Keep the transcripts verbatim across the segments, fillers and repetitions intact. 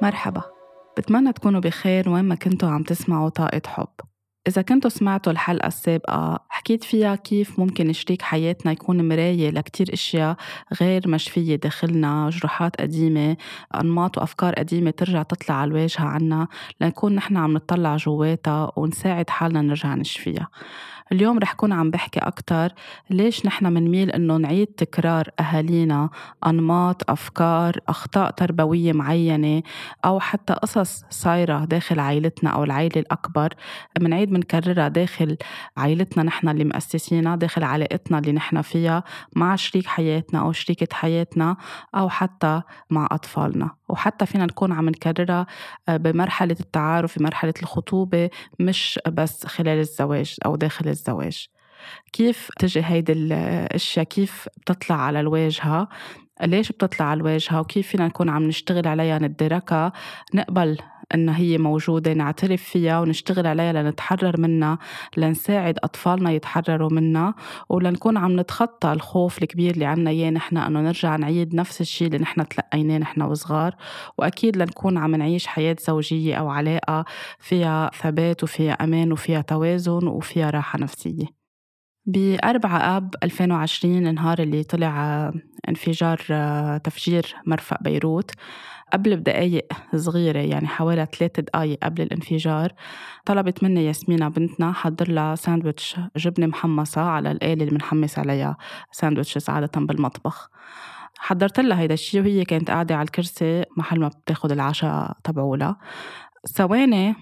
مرحبا، بتمنى تكونوا بخير وين ما كنتوا عم تسمعوا طاقة حب. إذا كنتوا سمعتوا الحلقة السابقة حكيت فيها كيف ممكن شريك حياتنا يكون مراية لكتير إشياء غير مشفية داخلنا، جروحات قديمة، أنماط وأفكار قديمة ترجع تطلع على الواجهة عنا لنكون نحن عم نطلع جواتها ونساعد حالنا نرجع نشفيها. اليوم رح كون عم بحكي أكتر ليش نحن منميل إنه نعيد تكرار أهالينا أنماط، أفكار، أخطاء تربوية معينة أو حتى قصص صايرة داخل عائلتنا أو العائلة الأكبر منعيد منكررها داخل عائلتنا نحن اللي مؤسسينها، داخل علاقتنا اللي نحن فيها مع شريك حياتنا أو شريكة حياتنا أو حتى مع أطفالنا. وحتى فينا نكون عم نكررها بمرحلة التعارف، بمرحلة الخطوبة، مش بس خلال الزواج أو داخل الزواج. كيف تجي هيدي الأشياء، كيف بتطلع على الواجهة، ليش بتطلع على الواجهة، وكيف فينا نكون عم نشتغل عليها، ندركها، نقبل إن هي موجودة، نعترف فيها ونشتغل عليها لنتحرر منها، لنساعد أطفالنا يتحرروا منها، ولنكون عم نتخطى الخوف الكبير اللي عنا إياه نحن أنه نرجع نعيد نفس الشيء اللي نحن تلقيناه نحن وصغار. وأكيد لنكون عم نعيش حياة زوجية أو علاقة فيها ثبات وفيها أمان وفيها توازن وفيها راحة نفسية. بأربعة آب ألفين وعشرين، النهار اللي طلع انفجار تفجير مرفأ بيروت، قبل بدقايق صغيرة يعني حوالي ثلاث دقايق قبل الانفجار، طلبت مني ياسمينة بنتنا حضر لها ساندويتش جبنة محمصة على الآلة اللي بنحمس عليها ساندويتشز عادة بالمطبخ. حضرت لها هيدا الشيء وهي كانت قاعدة على الكرسي محل ما بتاخد العشاء تبعولها. ثواني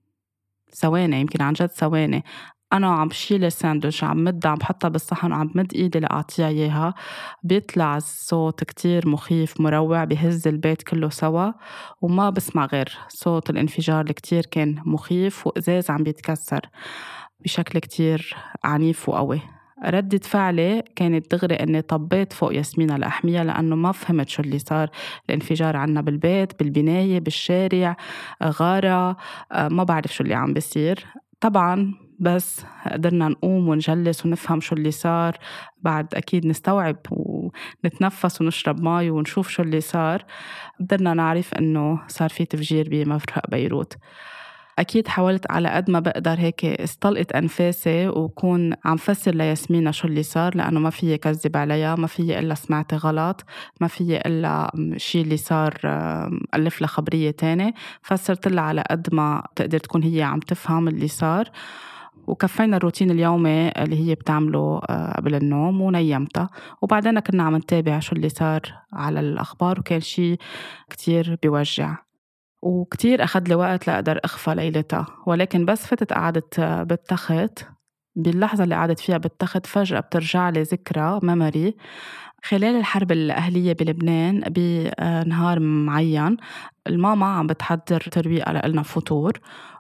ثواني يمكن عن جد ثواني أنا عم بشيل الساندويتش، عم مد عم بحطها بالصحن وعم مد إيدي لأعطيها إياها، بيطلع الصوت كتير مخيف مروع بيهز البيت كله سوا، وما بسمع غير صوت الانفجار اللي كتير كان مخيف، وإزاز عم بيتكسر بشكل كتير عنيف وقوي. ردة فعلي كانت دغري أني طبيت فوق ياسمينة لأحميها لأنه ما فهمت شو اللي صار. الانفجار عنا بالبيت، بالبناية، بالشارع، غارة، ما بعرف شو اللي عم بيصير طبعاً. بس قدرنا نقوم ونجلس ونفهم شو اللي صار، بعد أكيد نستوعب ونتنفس ونشرب ماء ونشوف شو اللي صار. قدرنا نعرف أنه صار في تفجير بمرفأ بيروت. أكيد حاولت على قد ما بقدر هيك استلقت أنفاسي وكون عم فسر لياسمينة شو اللي صار، لأنه ما فيي كذب عليها، ما فيي إلا سمعت غلط، ما فيي إلا شي اللي صار ألف لها خبرية تاني. فسرت لها على قد ما تقدر تكون هي عم تفهم اللي صار، وكفينا الروتين اليومي اللي هي بتعمله قبل النوم ونيمتها. وبعدين كنا عم نتابع شو اللي صار على الأخبار، وكان شي كتير بيوجع وكتير أخذ لي وقت لأقدر أخفى ليلتها. ولكن بس فتت قعدت بالتخت، باللحظة اللي قعدت فيها بالتخت فجأة بترجع لي ذكرى ميموري خلال الحرب الأهلية بلبنان. بنهار معين الماما عم بتحضر ترويقة لنا فطور،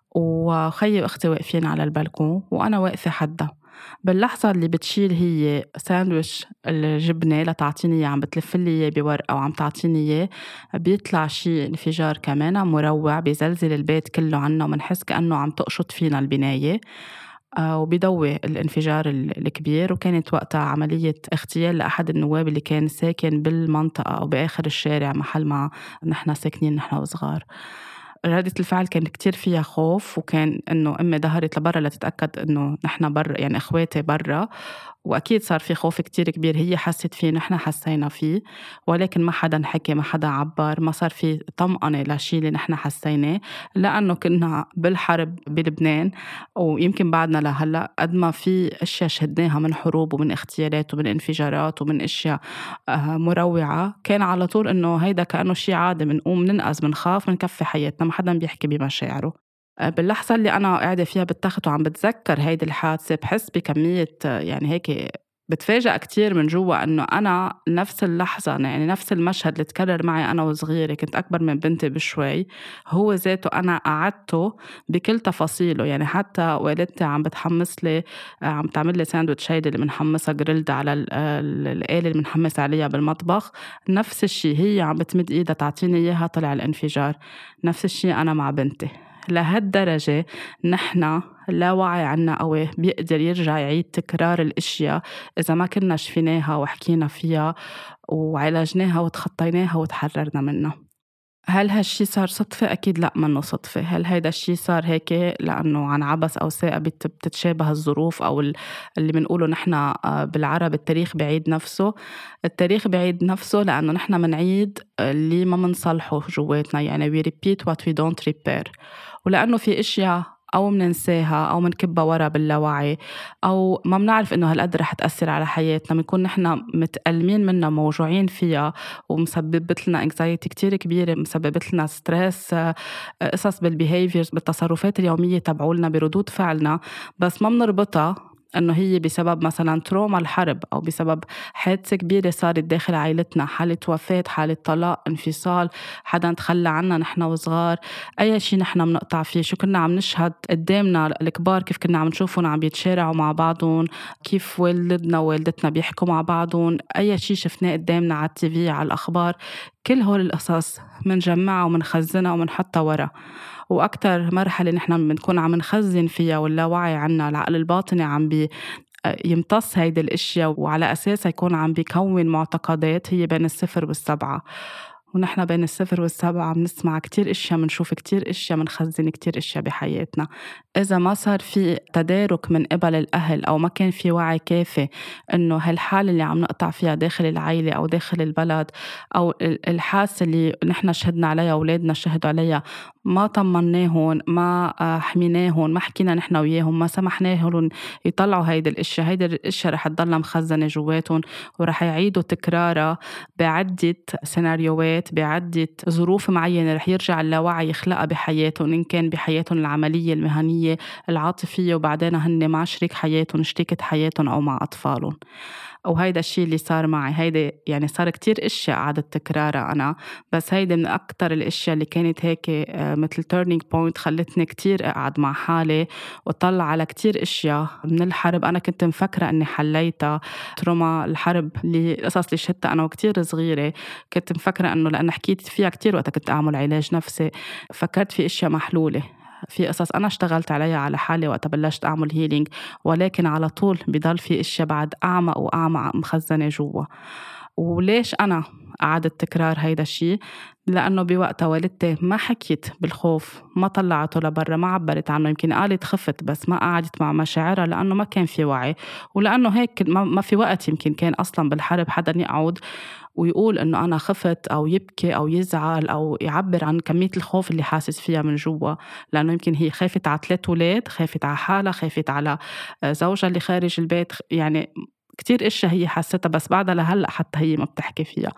وخيي وأختي واقفين على البلكون وأنا واقفة حدها. باللحظة اللي بتشيل هي ساندويش الجبنة لتعطيني إياه، عم بتلفلي إياه بورقة وعم تعطيني إياه، بيطلع شي انفجار كمان مروع بيزلزل البيت كله عنا، ومنحس كأنه عم تقشط فينا البناية، وبيضوي الانفجار الكبير. وكانت وقتها عملية اغتيال لأحد النواب اللي كان ساكن بالمنطقة أو بآخر الشارع محل ما نحن ساكنين نحن وصغار. ردة الفعل كان كتير فيها خوف، وكان إنه أمي ظهرت لبرا لتتأكد إنه نحن برا، يعني إخواتي برا، وأكيد صار في خوف كتير كبير. هي حست فيه، نحن حسينا فيه، ولكن ما حدا حكي، ما حدا عبر، ما صار في طمأنة لشي اللي نحن حسيناه، لأنه كنا بالحرب بلبنان. ويمكن بعدنا لهلأ قد ما في أشياء شهدناها من حروب ومن اغتيالات ومن انفجارات ومن أشياء مروعة، كان على طول إنه هيدا كأنه شي عادي، منقوم ننقذ، منخاف، منكفي حياتنا، ما حدا بيحكي بمشاعره. باللحظة اللي أنا قاعدة فيها بالتخت وعم بتذكر هيدي الحادثة بحس بكمية يعني هيك بتفاجأ كتير من جوا أنه أنا نفس اللحظة، يعني نفس المشهد اللي تكرر معي أنا وصغيرة، كنت أكبر من بنتي بشوي، هو ذاته أنا قعدته بكل تفاصيله. يعني حتى والدتي عم بتحمس لي، عم تعمل لي ساندويتش هيدي اللي منحمسها جريلد على الآلة اللي منحمس عليها بالمطبخ، نفس الشي هي عم بتمد إيدها تعطيني إياها، طلع الانفجار. نفس الشي أنا مع بنتي. لهالدرجة نحن لا وعي عنا قوي بيقدر يرجع يعيد تكرار الاشياء اذا ما كنا شفيناها وحكينا فيها وعالجناها وتخطيناها وتحررنا منها. هل هالشي صار صدفة؟ أكيد لأ، منه صدفة. هل هيدا الشي صار هيك لأنه عن عبث أو ساء بت- بتتشابه الظروف، أو ال- اللي بنقوله نحن آه، بالعرب التاريخ بعيد نفسه؟ التاريخ بعيد نفسه لأنه نحن منعيد اللي ما منصلحه جواتنا، يعني we repeat what we don't repair. ولأنه في إشياء أو مننساها أو منكبها ورا باللاوعي، أو ما منعرف إنه هالقد رح تأثر على حياتنا، بنكون نحن متألمين منها، موجوعين فيها، ومسببت لنا anxiety كتير كبيرة، مسببت لنا ستريس، قصص بالبيهيفيرز، بالتصرفات اليومية تبعولنا، بردود فعلنا، بس ما منربطها إنه هي بسبب مثلا تروما الحرب، أو بسبب حادثة كبيرة صارت داخل عائلتنا، حالة وفاة، حالة طلاق، انفصال، حدا تخلى عنا نحن وصغار، أي شيء نحن منقطع فيه، شو كنا عم نشهد قدامنا الكبار، كيف كنا عم نشوفهم عم بيتشارعوا مع بعضهم، كيف والدنا ووالدتنا بيحكوا مع بعضهم، أي شيء شفناه قدامنا على التي في، على الأخبار، كل هول القصص منجمعها ومنخزنها ومنحطها ورا. وأكتر مرحلة نحن بنكون عم نخزن فيها واللاوعي عنا، العقل الباطني عم بي يمتص هيدي الاشياء وعلى اساسها يكون عم بيكون معتقدات، هي بين الصفر والسبعة. ونحن بين الصفر والسبعة بنسمع كتير اشياء، بنشوف كتير اشياء، بنخزن كتير اشياء بحياتنا. اذا ما صار في تدارك من قبل الاهل، او ما كان في وعي كافي انه هالحالة اللي عم نقطع فيها داخل العائلة او داخل البلد، او الحاسة اللي نحن شهدنا عليها اولادنا شهدوا عليها، ما طمناهم، ما حميناهم، ما حكينا نحن وياهم، ما سمحناهم يطلعوا هيدي الاشياء، هيدي الاشياء رح تضلها مخزنة جواتهم، ورح يعيدوا تكرارها بعدة سيناريوهات، بعدة ظروف معينة رح يرجع اللاوعي يخلقها بحياتهم، إن كان بحياتهم العملية، المهنية، العاطفية، وبعدين هن مع شريك حياتهم، شريكة حياتهم، أو مع أطفالهم. وهيدا الشيء اللي صار معي، هيدا يعني صار كتير اشياء عادت تكرارها أنا، بس هيدا من أكتر الاشياء اللي كانت هيك مثل turning point، خلتني كتير أقعد مع حالي وطلع على كتير اشياء من الحرب أنا كنت مفكرة أني حليتها. تروما الحرب اللي قصص اللي شهدتها أنا وكتير صغيرة، كنت مفكرة أنه لأن حكيت فيها كتير وقت كنت أعمل علاج نفسي، فكرت في اشياء محلولة، في قصص أنا اشتغلت عليها على حالي وقت بلشت أعمل هيلينج، ولكن على طول بضل في إشياء بعد أعمق وأعمق مخزنة جوا. وليش أنا قعدت تكرار هيدا الشيء؟ لأنه بوقتها والدتي ما حكيت بالخوف، ما طلعته لبرا، ما عبرت عنه، يمكن قالت خفت بس ما قعدت مع مشاعرها، لأنه ما كان في وعي، ولأنه هيك ما في وقت يمكن كان أصلا بالحرب حدا يقعد ويقول إنه أنا خفت، أو يبكي أو يزعل أو يعبر عن كمية الخوف اللي حاسس فيها من جوا، لأنه يمكن هي خافت على ثلاث أولاد، خافت على حالها، خافت على زوجها اللي خارج البيت، يعني كتير إشياء هي حسيتها، بس بعدها لهلأ حتى هي ما بتحكي فيها.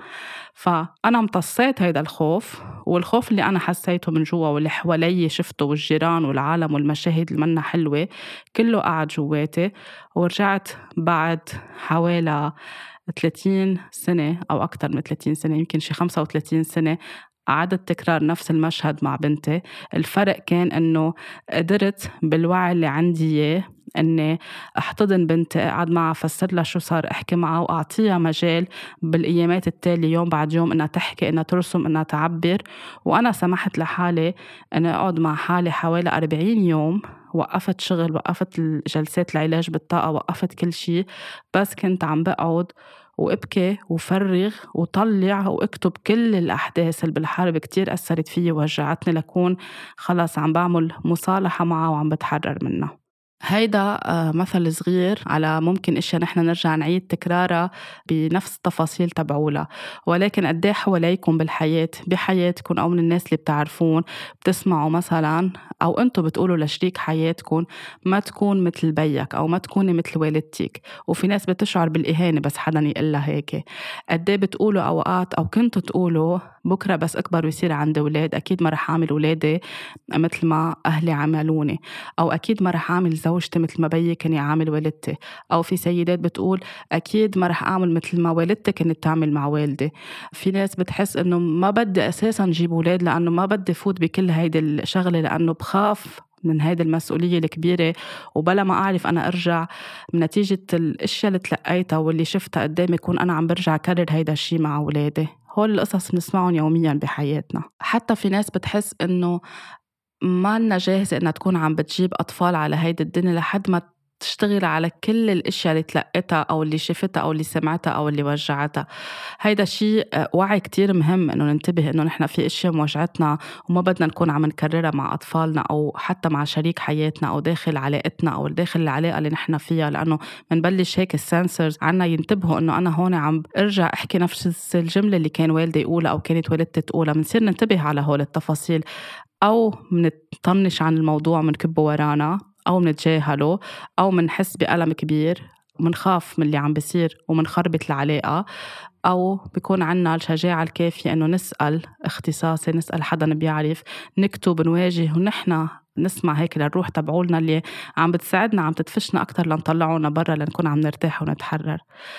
فأنا امتصيت هيدا الخوف، والخوف اللي أنا حسيته من جوا واللي حوالي شفته، والجيران والعالم والمشاهد اللي منا حلوة، كله قعد جواتي. ورجعت بعد حوالي ثلاثين سنة أو أكتر من ثلاثين سنة، يمكن شي خمسة وثلاثين سنة، عادت تكرار نفس المشهد مع بنتي. الفرق كان أنه قدرت بالوعي اللي عندي إياه أني أحتضن بنتي، أقعد معها، أفسر لها شو صار، أحكي معها، وأعطيها مجال بالأيامات التالية يوم بعد يوم إنها تحكي، إنها ترسم، إنها تعبر. وأنا سمحت لحالي أني أقعد مع حالي حوالي أربعين يوم، وقفت شغل، وقفت جلسات العلاج بالطاقة، وقفت كل شيء، بس كنت عم بقعد وابكي وفرغ وطلع واكتب كل الأحداث اللي بالحرب كتير أثرت فيي ووجعتني، لكون خلاص عم بعمل مصالحة معها وعم بتحرر منها. هيدا مثل صغير على ممكن إشياء نحن نرجع نعيد تكرارها بنفس التفاصيل تبعولها، ولكن قديه حواليكم بالحياة، بحياتكم، أو من الناس اللي بتعرفون بتسمعوا مثلا، أو أنتوا بتقولوا لشريك حياتكم ما تكون مثل بيك، أو ما تكوني مثل والدتك. وفي ناس بتشعر بالإهانة بس حدا يقلها هيك. قديه بتقولوا أوقات، أو كنتوا تقولوا بكرة بس أكبر ويصير عندي ولاد أكيد ما رح أعمل ولادي مثل ما أهلي عملوني، أو أكيد ما رح أعمل زوجتي مثل ما بيي كان يعامل والدتي. أو في سيدات بتقول أكيد ما رح أعمل مثل ما والدتي كانت تعمل مع والدي. في ناس بتحس إنه ما بدي أساساً جيب ولاد، لأنه ما بدي فوت بكل هيدي الشغلة، لأنه بخاف من هيدي المسؤولية الكبيرة، وبلا ما أعرف أنا أرجع من نتيجة الأشياء اللي تلقيتها واللي شفتها قدامي كون أنا عم برجع كرر هيدا الشي مع ولادي. هول القصص بنسمعهم يومياً بحياتنا. حتى في ناس بتحس إنه ما لنا جاهزة إنها تكون عم بتجيب أطفال على هيدا الدنيا لحد ما تشتغل على كل الاشياء اللي تلقتها او اللي شفتها او اللي سمعتها او اللي وجعتها. هيدا شيء وعي كتير مهم، انه ننتبه انه نحن في اشياء موجعتنا وما بدنا نكون عم نكررها مع اطفالنا او حتى مع شريك حياتنا او داخل علاقتنا او داخل العلاقه اللي نحن فيها، لانه منبلش هيك السنسرز عنا ينتبهوا انه انا هون عم ارجع احكي نفس الجمله اللي كان والدي يقولها او كانت والدتي تقولها. بنصير ننتبه على هول التفاصيل، أو منطنش عن الموضوع منكبه ورانا، أو منتجاهله، أو منحس بألم كبير ومنخاف من اللي عم بيصير ومنخربط العلاقة، أو بيكون عنا الشجاعة الكافية إنه نسأل اختصاصي، نسأل حدا بيعرف، نكتب، نواجه، ونحن نسمع هيك للروح تبعولنا اللي عم بتساعدنا، عم تدفشنا أكتر لنطلعونا برا لنكون عم نرتاح ونتحرر.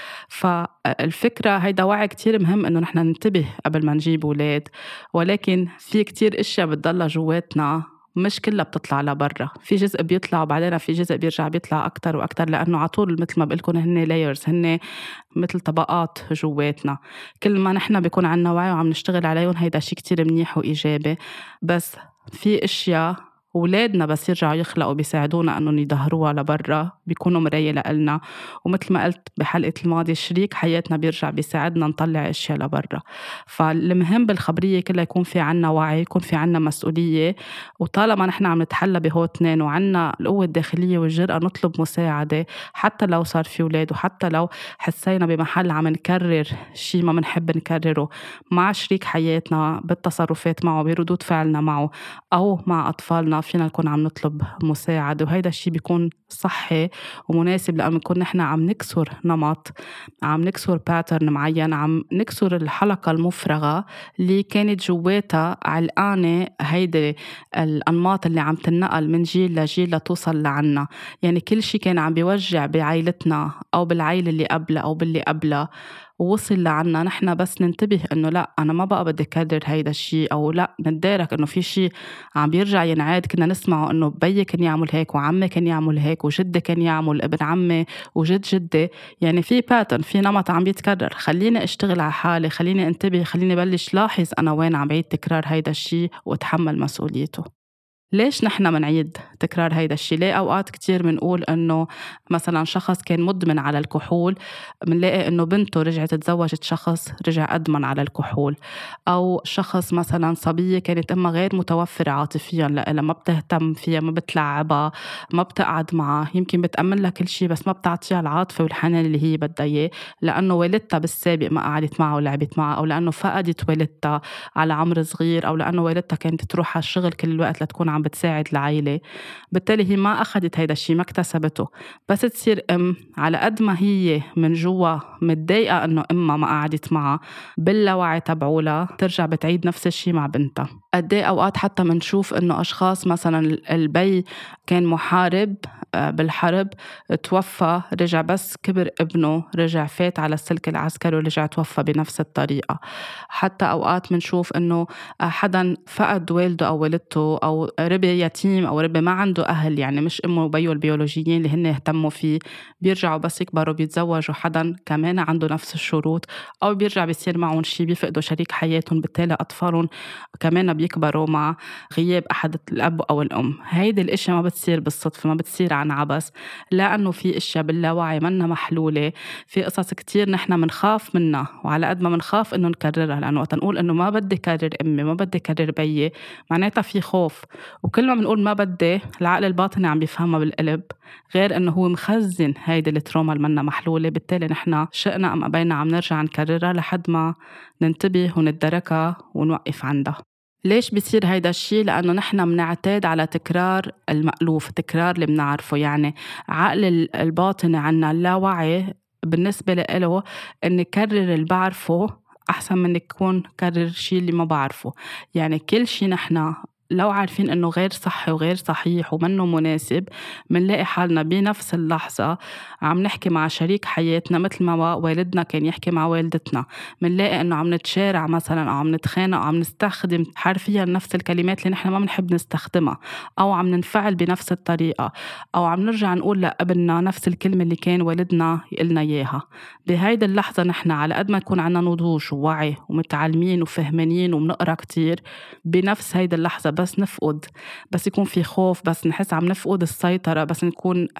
فالفكرة هيدا وعي كتير مهم إنه نحن ننتبه قبل ما نجيب أولاد، ولكن في كتير إشياء بتضلها جواتنا، مش كلها بتطلع لبرا. في جزء بيطلع وبعدين في جزء بيرجع بيطلع أكتر وأكتر، لأنه عطول مثل ما بقولكم هن لايرز، هن مثل طبقات جواتنا. كل ما نحن بيكون عنا وعي وعم نشتغل عليهم هيدا شي كتير منيح وإيجابي. بس في إشياء أولادنا بس يرجعوا يخلقوا بيساعدونا أنهم يظهروها لبرا، بيكونوا مراية لنا. ومثل ما قلت بحلقة الماضي، شريك حياتنا بيرجع بيساعدنا نطلع أشياء لبرا. فالمهم بالخبرية كلها يكون في عنا وعي، يكون في عنا مسؤولية، وطالما نحن عم نتحلى بهو اثنين وعنا القوة الداخلية والجرأة نطلب مساعدة، حتى لو صار في أولاد وحتى لو حسينا بمحل عم نكرر شيء ما منحب نكرره مع شريك حياتنا بالتصرفات معه، بردود فعلنا معه، أو مع أطفالنا، فينا نكون عم نطلب مساعدة. وهيدا الشيء بيكون صحي ومناسب، لأن نكون نحن عم نكسر نمط، عم نكسر باترن معين، عم نكسر الحلقة المفرغة اللي كانت جواتها علقانة هيدا الأنماط اللي عم تنقل من جيل لجيل لتوصل لعنا. يعني كل شيء كان عم بيوجع بعائلتنا أو بالعائلة اللي قبلها أو باللي قبلها ووصل لعنا، نحن بس ننتبه إنه لا، أنا ما بقى بدي كرر هيدا الشيء، أو لا ندارك إنه في شيء عم بيرجع ينعاد. كنا نسمعه إنه بيي كان يعمل هيك وعمي كان يعمل هيك وجدي كان يعمل، ابن عمي وجد جدي. يعني في باترن، في نمط عم بيتكرر. خليني أشتغل على حالي، خليني انتبه، خليني بلش لاحظ أنا وين عم بعيد تكرار هيدا الشيء واتحمل مسؤوليته. ليش نحن منعيد تكرار هيدا الشيء؟ ليه أوقات كتير منقول إنه مثلا شخص كان مدمن على الكحول، منلاقي إنه بنته رجعت تزوجت شخص رجع أدمن على الكحول، أو شخص مثلا صبية كانت إما غير متوفرة عاطفيا لها، ما بتهتم فيها، ما بتلعبها، ما بتقعد معها، يمكن بتأمن لها كل شيء بس ما بتعطيها العاطفة والحنان اللي هي بدها إياه، لأنه والدتها بالسابق ما قعدت معها ولعبت معها، أو لأنه فقدت والدتها على عمر صغير، أو لأنه والدتها كانت تروح على الشغل كل الوقت لتكون عم بتساعد العائلة. بالتالي هي ما أخذت هيدا الشيء، ما اكتسبته. بس تصير أم، على قد ما هي من جوا متضايقة إنه إمها ما قعدت معها، باللاوعي تبعولها ترجع بتعيد نفس الشيء مع بنتها. قد ايه أوقات حتى منشوف إنه أشخاص مثلا البي كان محارب بالحرب، توفى، رجع بس كبر ابنه رجع فات على السلك العسكري ورجع توفى بنفس الطريقة. حتى أوقات منشوف إنه حدا فقد والده أو والدته، أو ربي يتيم، أو ربي ما عنده أهل، يعني مش أمه وبيه البيولوجيين اللي هن يهتموا فيه، بيرجعوا بس يكبروا بيتزوجوا حدا كمان عنده نفس الشروط، أو بيرجع بيصير معهم شي، بيفقدوا شريك حياتهم، بالتالي أطفالهم كمان بيكبروا مع غياب أحد الأب أو الأم. هيدي الاشياء ما بتصير بالصدفة، ما بتصير عن عبس، لأنه في اشياء باللاوعي منا محلولة. في قصص كتير نحنا منخاف منها، وعلى قد ما منخاف إنه نكررها، لأنه وقت نقول إنه ما بدي كرر أمي، ما بدي كرر بيي، معناتها في خوف. وكل ما بنقول ما بدي، العقل الباطني عم بيفهمها بالقلب، غير إنه هو مخزن هيدي التروما المنا محلولة. بالتالي نحنا شئنا أم أبينا عم نرجع نكررها لحد ما ننتبه وندركها ونوقف عندها. ليش بيصير هيدا الشيء؟ لأنه نحنا منعتاد على تكرار المألوف، تكرار اللي منعرفه. يعني عقل الباطني عنا اللاوعي بالنسبة له إن كرر اللي بعرفه أحسن من يكون كرر شيء اللي ما بعرفه. يعني كل شيء نحنا لو عارفين إنه غير صحي وغير صحيح ومنه مناسب، منلاقي حالنا بنفس اللحظة عم نحكي مع شريك حياتنا مثل ما والدنا كان يحكي مع والدتنا. منلاقي إنه عم نتشارع مثلا، أو عم نتخانق، أو عم نستخدم حرفيا نفس الكلمات اللي نحن ما بنحب نستخدمها، أو عم ننفعل بنفس الطريقة، أو عم نرجع نقول لابننا نفس الكلمة اللي كان والدنا يقلنا إياها. بهيدا اللحظة نحن على قد ما يكون عنا نضوج ووعي ومتعلمين وفهمانين ومنقرأ كتير، بنفس هيدا اللحظة بس نفقد، بس يكون في خوف، بس نحس عم نفقد السيطرة، بس نكون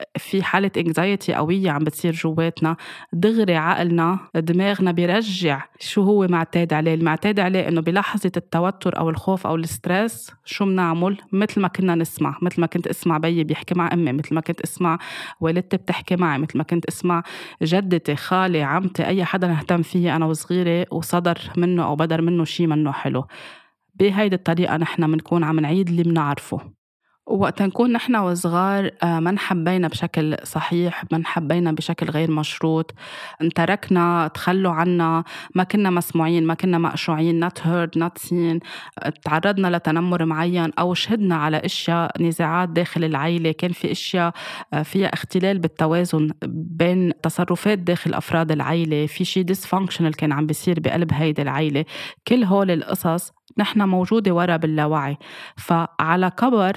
في حالة anxiety قوية عم بتصير جواتنا، دغري عقلنا دماغنا بيرجع شو هو معتاد عليه. المعتاد عليه إنه بلحظة التوتر أو الخوف أو الستريس شو منعمل؟ مثل ما كنا نسمع، مثل ما كنت أسمع بيي بيحكي مع أمي، مثل ما كنت أسمع والدتي بتحكي معي، مثل ما كنت أسمع جدتي، خالي، عمتي، أي حدا نهتم فيه أنا وصغيرة وصدر منه أو بدر منه شي منه حلو. بهيدي الطريقة نحنا منكون عم نعيد اللي منعرفه. ووقت نكون نحن وصغار ما نحبينا بشكل صحيح، ما نحبينا بشكل غير مشروط، انتركنا، تخلوا عنا، ما كنا مسموعين، ما كنا مقشوعين، not heard not seen، تعرضنا لتنمر معين أو شهدنا على إشياء، نزاعات داخل العائلة، كان في إشياء فيها اختلال بالتوازن بين تصرفات داخل أفراد العائلة، في شيء dysfunctional كان عم بيصير بقلب هيدا العائلة. كل هول القصص نحن موجودة ورا باللاوعي. فعلى كبر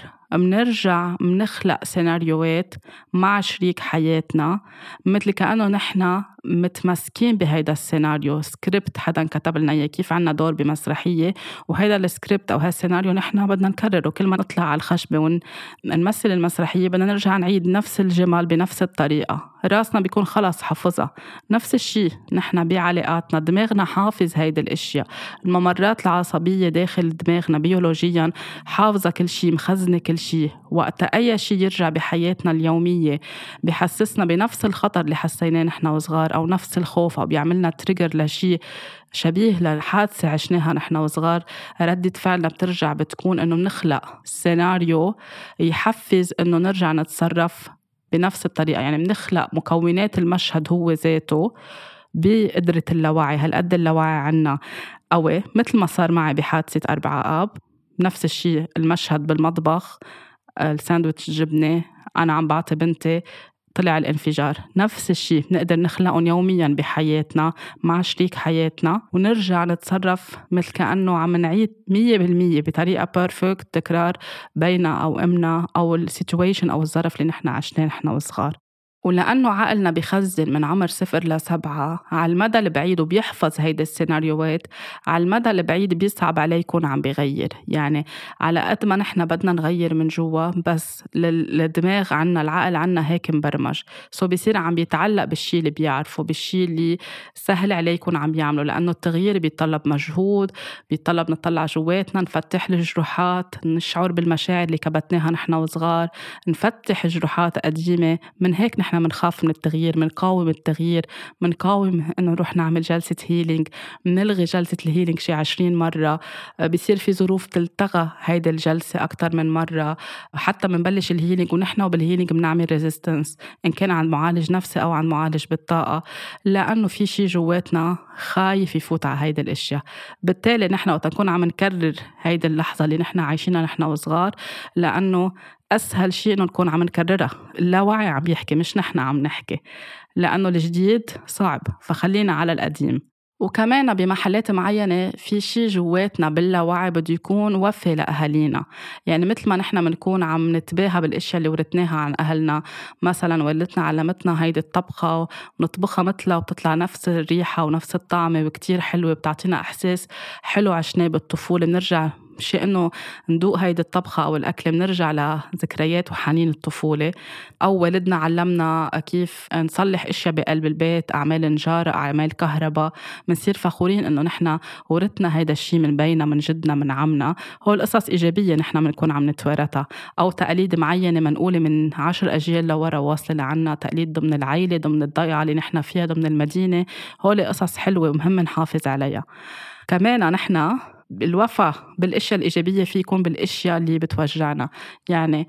منرجع منخلق سيناريوهات مع شريك حياتنا مثل كأنه نحن متمسكين بهيدا السيناريو، سكريبت حدا كتب لنا إياه، كيف عنا دور بمسرحية وهيدا السكريبت أو هالسيناريو نحن بدنا نكرره. كل ما نطلع على الخشبة ونمثل المسرحية بدنا نرجع نعيد نفس الجمل بنفس الطريقة، راسنا بيكون خلاص حفظها. نفس الشيء نحن بعلاقاتنا، دماغنا حافظ هيدا الاشياء، الممرات العصبية داخل دماغنا بيولوجيا حافظة كل شيء، مخزنة كل شيء. وقت أي شيء يرجع بحياتنا اليومية بيحسسنا بنفس الخطر اللي حسيناه نحن وصغار أو نفس الخوف أو بيعملنا تريجر لشيء شبيه للحادثة عشناها نحن وصغار، ردة فعلنا بترجع بتكون إنه منخلق سيناريو يحفز إنه نرجع نتصرف بنفس الطريقة. يعني منخلق مكونات المشهد هو ذاته بقدرة اللاوعي. هالقد اللاوعي عنا قوي، مثل ما صار معي بحادثة أربعة آب. نفس الشيء المشهد بالمطبخ، الساندويتش جبنة، أنا عم بعطي بنتي، طلع الانفجار. نفس الشيء نقدر نخلقهم يوميا بحياتنا مع شريك حياتنا ونرجع نتصرف مثل كأنه عم نعيد مية بالمية بطريقة بيرفكت تكرار بينا أو إمنا أو السيتويشن أو الظرف اللي نحن عشناه نحن وصغار. ولأنه عقلنا بيخزن من عمر صفر لسبعة على المدى البعيد وبيحفظ هيدا السيناريوهات، على المدى البعيد بيصعب عليه يكون عم بيغير. يعني على قد ما نحن بدنا نغير من جوا، بس للدماغ عنا، العقل عنا هيك مبرمج، سو بيصير عم بيتعلق بالشي اللي بيعرفه، بالشي اللي سهل عليه يكون عم بيعمله. لأنه التغيير بيطلب مجهود، بيطلب نطلع جواتنا، نفتح الجروحات، نشعر بالمشاعر اللي كبتناها نحن وصغار، نفتح جروحات قديمة. من هيك نحن منخاف من التغيير، منقاوم التغيير، منقاوم إنه نروح نعمل جلسة هيلينج، منلغي جلسة الهيلينج شي عشرين مرة، بيصير في ظروف تلتغى هيدا الجلسة أكتر من مرة. حتى منبلش الهيلينج ونحن وبالهيلينج بنعمل ريزيستنس، إن كان عن معالج نفسي أو عن معالج بالطاقة، لأنه في شي جواتنا خايف يفوت على هيدا الأشياء. بالتالي نحن وقت نكون عم نكرر هيدا اللحظة اللي نحن عايشينها نحن وصغار، لأنه أسهل شيء إنه نكون عم نكررها، اللاوعي عم يحكي مش نحن عم نحكي، لأنه الجديد صعب، فخلينا على القديم. وكمان بمحلات معينة في شي جواتنا باللاوعي بده يكون وفي لأهالينا. يعني مثل ما نحن منكون عم نتباهى بالاشياء اللي ورثناها عن أهلنا، مثلا والدتنا علمتنا هيدي الطبخة ونطبخها مثلها وبتطلع نفس الريحة ونفس الطعمة وكتير حلوة، بتعطينا إحساس حلو عشناه بالطفولة، بنرجع شيء إنه ندوق هيدي الطبخة أو الأكل بنرجع لذكريات وحنين الطفولة. أو والدنا علمنا كيف نصلح إشياء بقلب البيت، أعمال نجارة، أعمال كهرباء، منصير فخورين إنه نحن ورثنا هيدا الشيء من بينا، من جدنا، من عمنا. هو القصص إيجابية نحن منكون عم نتوارثها. أو تقاليد معينة منقولة من عشر أجيال لورا واصلة لعنا، تقليد ضمن العائلة، ضمن الضيعة اللي نحن فيها، ضمن المدينة. هول قصص حلوة ومهم نحافظ عليها. كمان نحن الوفا بالاشياء الايجابيه في يكون بالاشياء اللي بتوجعنا. يعني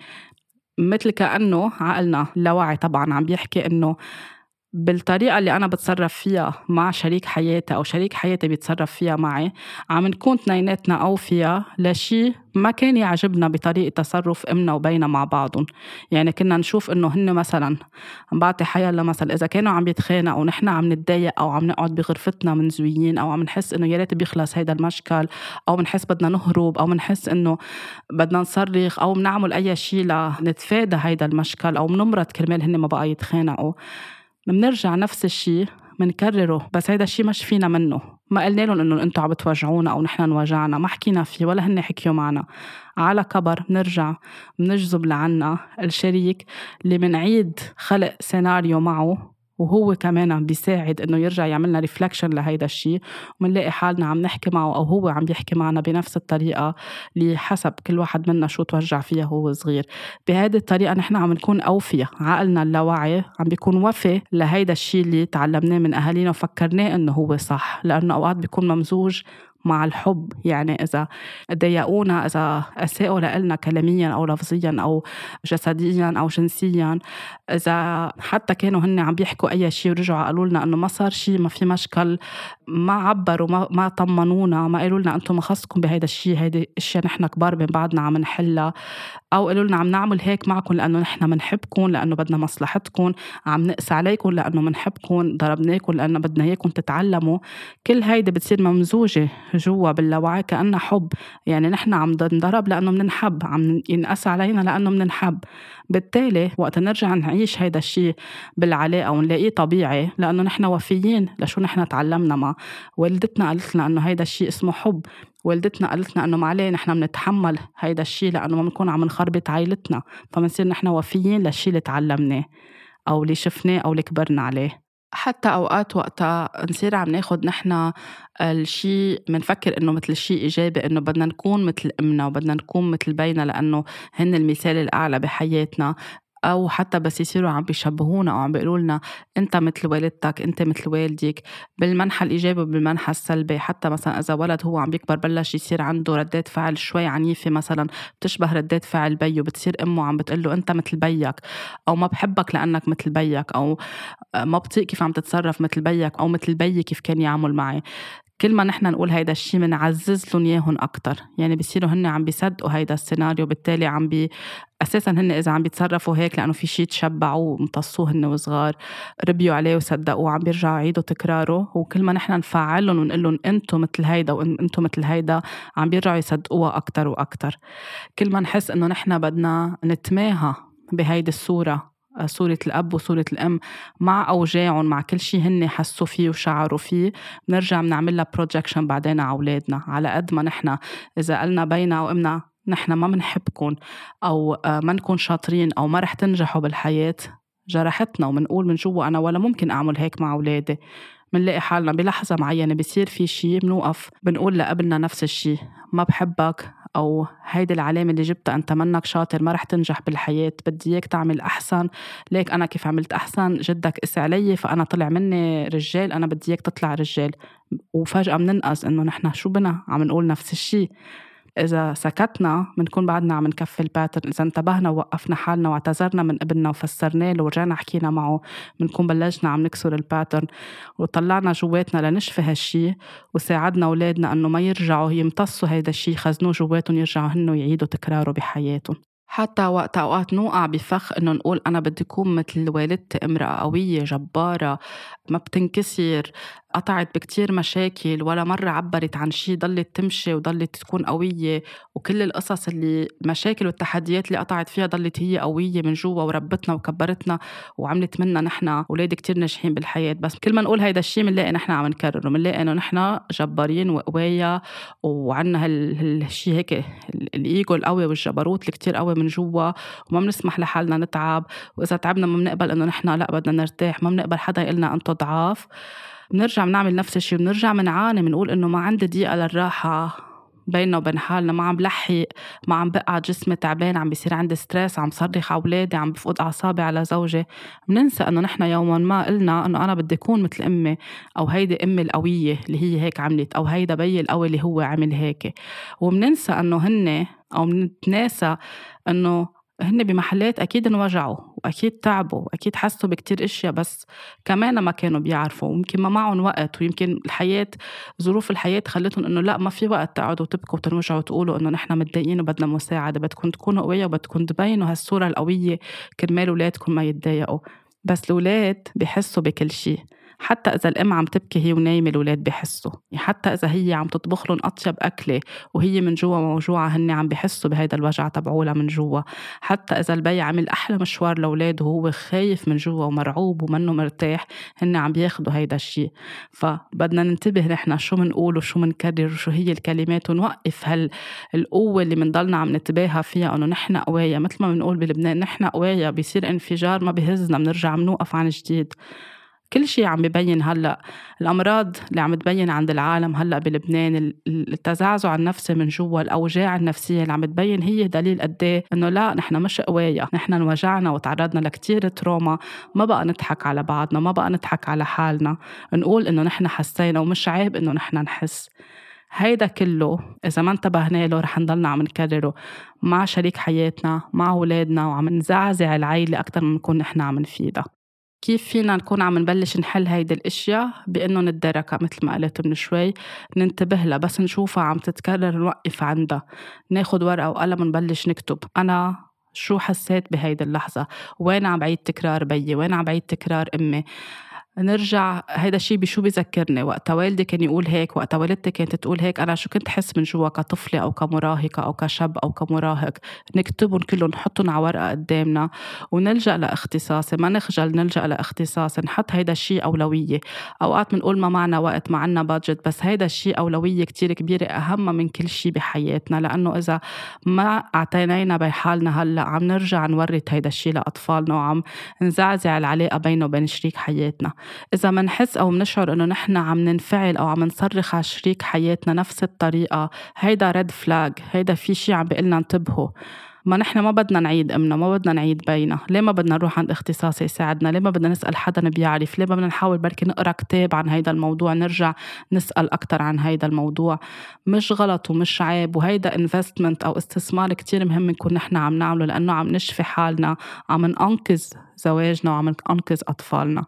مثل كانه عقلنا اللاواعي طبعا عم بيحكي انه بالطريقة اللي أنا بتصرف فيها مع شريك حياتي أو شريك حياتي بيتصرف فيها معي، عم نكون تنيناتنا أوفياء لشي ما كان يعجبنا بطريقة تصرف إمنا وبينا مع بعضهم. يعني كنا نشوف إنه هن مثلا عم بعطي حياة لمثل، إذا كانوا عم بيتخانقوا ونحن عم نتضايق أو عم نقعد بغرفتنا منزويين أو عم نحس إنه يا ريت بيخلص هيدا المشكل، أو منحس بدنا نهرب، أو منحس إنه بدنا نصرخ، أو منعمل أي شيء لنتفادى هيدا المشكل، أو منمرض كرمال هن ما بقى يتخانقوا، منرجع نفس الشيء منكرره، بس هيدا الشي مش فينا منه. ما قلنا لهم إنه أنتوا عم بتوجعونا أو نحن نوجعنا، ما حكينا فيه ولا هن حكيوا معنا. على كبر منرجع منجذب لعنا الشريك اللي منعيد خلق سيناريو معه، وهو كمان بيساعد إنه يرجع يعملنا ريفلكشن لهيدا الشيء، ومنلاقي حالنا عم نحكي معه أو هو عم بيحكي معنا بنفس الطريقة اللي حسب كل واحد منا شو توجع فيها هو صغير. بهذه الطريقة نحن عم نكون أوفية، عقلنا اللاواعي عم بيكون وفي لهيدا الشيء اللي تعلمناه من أهالينا وفكرناه إنه هو صح، لأنه أوقات بيكون ممزوج مع الحب. يعني إذا ضايقونا، إذا أساءوا لنا كلاميا أو لفظيا أو جسديا أو جنسيا، إذا حتى كانوا هن عم بيحكوا أي شيء ورجعوا قالوا لنا أنه ما صار شيء، ما في مشكل، ما عبروا، ما, ما طمنونا، ما قالوا لنا أنتم ما خصكم بهيدا الشيء، هيدا الشيء نحن كبار بين بعضنا عم نحلها، أو قالوا لنا عم نعمل هيك معكم لأنه نحن منحبكم، لأنه بدنا مصلحتكم، عم نقسى عليكم لأنه منحبكم، ضربناكم لأنه بدنا إياكم تتعلموا. كل هيدا بتصير ممزوجة جوا باللاوعي كأنها حب. يعني نحن عم نضرب لأنه مننحب، عم ينقسى علينا لأنه مننحب. بالتالي وقت نرجع نعيش هيدا الشيء بالعلاقة ونلاقيه طبيعي، لأنه نحن وفيين لشو نحن تعلمنا. ما والدتنا قالت لنا أنه هيدا الشيء اسمه حب، والدتنا قالت لنا أنه معليه نحن منتحمل هيدا الشيء لأنه ما بنكون عم نخربط عائلتنا، فمنصير نحن وفيين للشيء اللي تعلمناه أو اللي شفناه أو اللي كبرنا عليه. حتى أوقات وقتها نصير عم ناخد نحن الشيء منفكر إنه مثل شيء إيجابي، إنه بدنا نكون مثل أمنا وبدنا نكون مثل بينا لأنه هن المثال الأعلى بحياتنا، أو حتى بس يصيروا عم بيشبهونا أو عم بيقولوا لنا أنت مثل والدتك، أنت مثل والدك، بالمنحى الإيجابي وبالمنحى السلبي. حتى مثلا إذا ولد هو عم بيكبر بلش يصير عنده ردات فعل شوي عنيفة، مثلا بتشبه ردات فعل بيه، بتصير أمه عم بتقله أنت مثل بيك، أو ما بحبك لأنك مثل بيك، أو ما بطيق كيف عم تتصرف مثل بيك، أو مثل بي كيف كان يعمل معي. كل ما نحن نقول هيدا الشيء منعزز لهم ياهن أكتر. يعني بيصيروا هن عم بيصدقوا هيدا السيناريو، بالتالي عم بي أساساً هن إذا عم بيتصرفوا هيك لأنه في شيء تشبعوا ومتصوه هن وصغار، ربيوا عليه وصدقوا، عم بيرجعوا يعيدوا تكراره. وكل ما نحن نفعلهم ونقول لهم أنتم مثل هيدا وأنتم مثل هيدا، عم بيرجعوا يصدقوها أكتر وأكتر. كل ما نحس إنه نحن بدنا نتماهى بهيدي الصورة، صورة الأب وصورة الأم، مع أوجاعهم، مع كل شيء هن حسوا فيه وشعروا فيه، نرجع منعملها بروجكشن بعدين على أولادنا. على قد ما نحن إذا قلنا بينا أو أمنا نحن ما منحبكم أو ما نكون شاطرين أو ما رح تنجحوا بالحياة، جرحتنا ومنقول من جوا أنا ولا ممكن أعمل هيك مع أولادي. منلاقي حالنا بلحظة معينة بيصير في شيء بنوقف بنقول لقبلنا نفس الشيء، ما بحبك، أو هيدي العلامة اللي جبتها أنت منك شاطر، ما رح تنجح بالحياة، بدي إياك تعمل أحسن، ليك أنا كيف عملت أحسن، جدك قسي علي فأنا طلع مني رجال، أنا بدي إياك تطلع رجال. وفجأة مننقص إنه نحن شو بنا عم نقول نفس الشيء. إذا سكتنا منكون بعدنا عم نكفي الباترن. إذا انتبهنا ووقفنا حالنا واعتذرنا من ابننا وفسرناه له ورجعنا حكينا معه، منكون بلشنا عم نكسر الباترن وطلعنا جواتنا لنشفي هالشي، وساعدنا أولادنا أنه ما يرجعوا يمتصوا هيدا الشي، خزنوه جواتهم، يرجعوا هنو يعيدوا تكراره بحياتهم. حتى وقت أوقات نوقع بفخ إنه نقول أنا بدي أكون مثل والدتي، امرأة قوية جبارة ما بتنكسر، قطعت بكتير مشاكل ولا مرة عبرت عن شي، ضلت تمشي وضلت تكون قوية، وكل القصص اللي مشاكل والتحديات اللي قطعت فيها ضلت هي قوية من جوا وربتنا وكبرتنا وعملت منا نحن أولاد كتير ناجحين بالحياة. بس كل ما نقول هيدا الشي منلاقي نحن عم نكرره، منلاقي إنه نحن جبارين وقوايا وعنا هالشي هيك الإيجو القوي والجبروت الكتير قوي من جوا، وما بنسمح لحالنا نتعب. وإذا تعبنا ما بنقبل إنه نحن لا بدنا نرتاح، ما بنقبل حدا يقلنا أنتو ضعاف، بنرجع بنعمل نفس الشيء، بنرجع منعاني، بنقول إنه ما عندي دقيقة للراحة بيننا وبين حالنا، ما عم بلحق، ما عم بقعد، جسمي تعبان، عم بيصير عندي ستريس، عم صرخ على أولادي، عم بفقد أعصابي على زوجي. بننسى إنه نحن يوما ما قلنا إنه أنا بدي أكون مثل أمي، أو هيدي أمي القوية اللي هي هيك عملت، أو هيدا بي القوي اللي هو عمل هيك. وبننسى إنه هن، أو بنتناسى إنه هن بمحلات أكيد انوجعوا وأكيد تعبوا وأكيد حسوا بكتير إشياء، بس كمان ما كانوا بيعرفوا، ويمكن ما معهم وقت، ويمكن الحياة، ظروف الحياة خلتهم إنه لا ما في وقت تقعدوا تبكوا وتنوجعوا وتقولوا إنه نحن متضايقين وبدنا مساعدة. بدكم تكونوا قوية وبدكم تبينوا هالصورة القوية كرمال أولادكم ما يتضايقوا. بس الأولاد بيحسوا بكل شيء، حتى إذا الأم عم تبكي هي ونايمة الولاد بيحسوا، حتى إذا هي عم تطبخ لهم أطيب أكلة وهي من جوا موجوعة هن عم بيحسوا بهيدا الوجع تبعولها من جوا. حتى إذا البي عمل أحلى مشوار لأولاده وهو خايف من جوا ومرعوب ومنه مرتاح هن عم بياخدوا هيدا الشيء. فبدنا ننتبه نحن شو منقول وشو منكرر وشو هي الكلمات، ونوقف هالقوة اللي منضلنا عم نتباهى فيها أنه نحن قوايا. مثل ما بنقول بلبنان نحن قوايا، بيصير انفجار ما بيهزنا، بنرجع منوقف عن جديد. كل شيء عم بيبين هلأ، الأمراض اللي عم تبين عند العالم هلأ بلبنان، التزعزع النفسي من جوا، الأوجاع النفسية اللي عم تبين، هي دليل قديه إنه لا نحن مش قوايا، نحن انوجعنا وتعرضنا لكتير تروما. ما بقى نضحك على بعضنا، ما بقى نضحك على حالنا، نقول إنه نحن حسينا ومش عيب إنه نحن نحس. هيدا كله إذا ما انتبهنا له رح نضلنا عم نكرره مع شريك حياتنا، مع أولادنا، وعم نزعزع العيلة أكتر من نكون نحن عم نفيدها. كيف فينا نكون عم نبلش نحل هيدي الاشياء؟ بانه ندركها مثل ما قلت من شوي، ننتبه لها، بس نشوفها عم تتكرر نوقف عندها، ناخد ورقة وقلم ونبلش نكتب انا شو حسيت بهيدي اللحظة، وين عم بعيد تكرار بيي، وين عم بعيد تكرار امي. نرجع هيدا الشيء بشو بيذكرني؟ وقت والدي كان يقول هيك، وقت والدتي كانت تقول هيك، أنا شو كنت حس من جوا كطفلة أو كمراهقة أو كشاب أو كمراهق. نكتبهم كلهم، نحطهم على ورقة قدامنا ونلجأ لاختصاصي، ما نخجل نلجأ لاختصاصي، نحط هيدا الشيء أولوية. أوقات منقول ما معنا وقت، ما عنا بادجت، بس هيدا الشيء أولوية كتير كبيرة، أهم من كل شيء بحياتنا. لأنه إذا ما اعتنينا بحالنا هلأ عم نرجع نورث هيدا الشيء لأطفالنا، وعم نزعزع العلاقة بينه وبين شريك حياتنا. إذا منحس أو منشعر إنه نحن عم ننفعل أو عم نصرخ على شريك حياتنا نفس الطريقة، هيدا ريد فلاج، هيدا في شي عم بيقلنا انتبهوا. ما نحن ما بدنا نعيد أمنا، ما بدنا نعيد بينا. ليه ما بدنا نروح عند اختصاصي يساعدنا؟ ليه ما بدنا نسأل حدا بيعرف؟ ليه ما بدنا نحاول بركي نقرأ كتاب عن هيدا الموضوع، نرجع نسأل أكتر عن هيدا الموضوع؟ مش غلط ومش عيب، وهيدا انفستمنت أو استثمار كتير مهم نكون نحن عم نعمله، لأنه عم نشفي حالنا، عم ننقذ زواجنا، وعم ننقذ أطفالنا.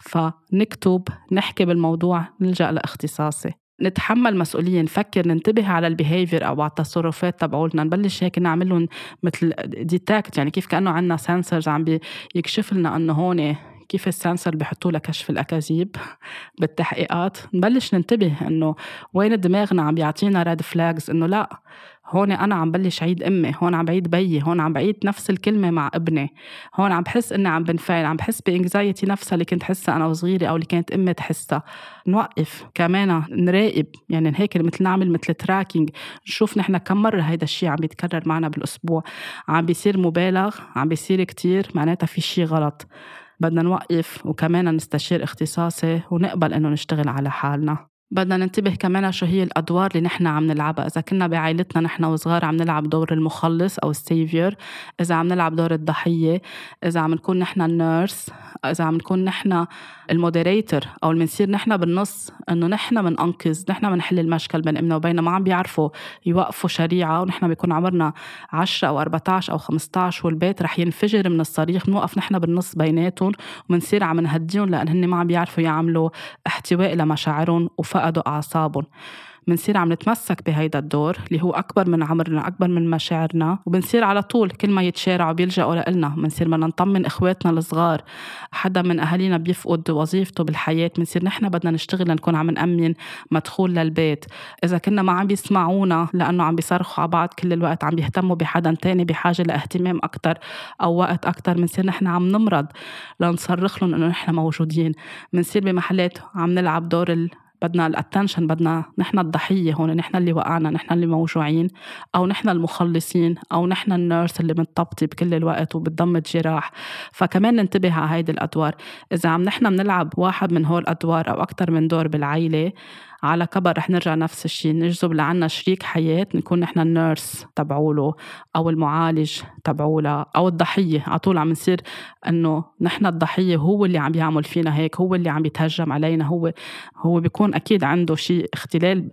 فنكتب، نحكي بالموضوع، نلجأ لاختصاصي، نتحمل مسؤولية، نفكر، ننتبه على البيهيفير أو على التصرفات تبعولنا، نبلش هيك نعملهم مثل ديتاكت، يعني كيف كأنه عنا سنسرز عم بيكشف لنا أنه هون، كيف السنسر بيحطوا لك كشف الأكاذيب بالتحقيقات، نبلش ننتبه أنه وين دماغنا عم بيعطينا ريد فلاجز، أنه لا هون أنا عم بلش عيد أمي، هون عم بعيد بيي، هون عم بعيد نفس الكلمة مع ابني، هون عم بحس إني عم بنفعل، عم بحس بإنكزايتي نفسها اللي كنت حسها أنا وصغيرة أو اللي كانت أمي تحسها. نوقف كمان نراقب، يعني هيك مثل نعمل مثل تراكينج، نشوف نحن كم مرة هيدا الشيء عم بيتكرر معنا بالأسبوع، عم بيصير مبالغ، عم بيصير كتير، معناتها في شيء غلط، بدنا نوقف وكمان نستشير اختصاصي ونقبل إنه نشتغل على حالنا. بدنا ننتبه كمان شو هي الأدوار اللي نحن عم نلعبها. إذا كنا بعائلتنا نحن وصغار عم نلعب دور المخلص أو السيفير، إذا عم نلعب دور الضحية، إذا عم نكون نحن النيرس، إذا عم نكون نحن المودريتر، أو المنصير نحن بالنص إنه نحن مننقذ، نحن منحل المشكل بين أمنا وبيننا. ما عم بيعرفوا يوقفوا شريعة ونحن بيكون عمرنا عشرة أو أربعتاشر أو خمستاشر والبيت رح ينفجر من الصريخ، نوقف نحن بالنص بيناتهم ومنصير عم نهديهم، لأن هن ما عم بيعرفوا يعملوا احتواء لمشاعرهم وفقدوا أعصابهم. منصير عم نتمسك بهيدا الدور اللي هو أكبر من عمرنا، أكبر من مشاعرنا، وبنصير على طول كل ما يتشارعوا بيلجأوا لنا. منصير بدنا نطمن إخواتنا الصغار، حدا من أهالينا بيفقد وظيفته بالحياة، منصير نحن بدنا نشتغل لنكون عم نأمن مدخول للبيت. إذا كنا ما عم بيسمعونا لأنه عم بيصرخوا على بعض كل الوقت، عم بيهتموا بحدا تاني بحاجة لاهتمام أكتر أو وقت أكتر، منصير نحن عم نمرض لنصرخ لهم إنه نحن موجودين. منصير بمحلات عم نلعب دور ال بدنا الاتنشن، بدنا نحن الضحية هون، نحن اللي وقعنا، نحن اللي موجوعين، أو نحن المخلصين، أو نحن النيرس اللي بنطبطب كل الوقت وبتضم جراح. فكمان ننتبه على هيدي الأدوار. إذا عم نحن بنلعب واحد من هول الأدوار أو أكتر من دور بالعائلة، على كبر رح نرجع نفس الشيء، نجذب لعنا شريك حياة نكون نحن النيرس تبعوله أو المعالج تبعوله أو الضحية. على طول عم نصير أنه نحن الضحية، هو اللي عم يعمل فينا هيك، هو اللي عم بيتهجم علينا، هو هو بيكون أكيد عنده شيء اختلال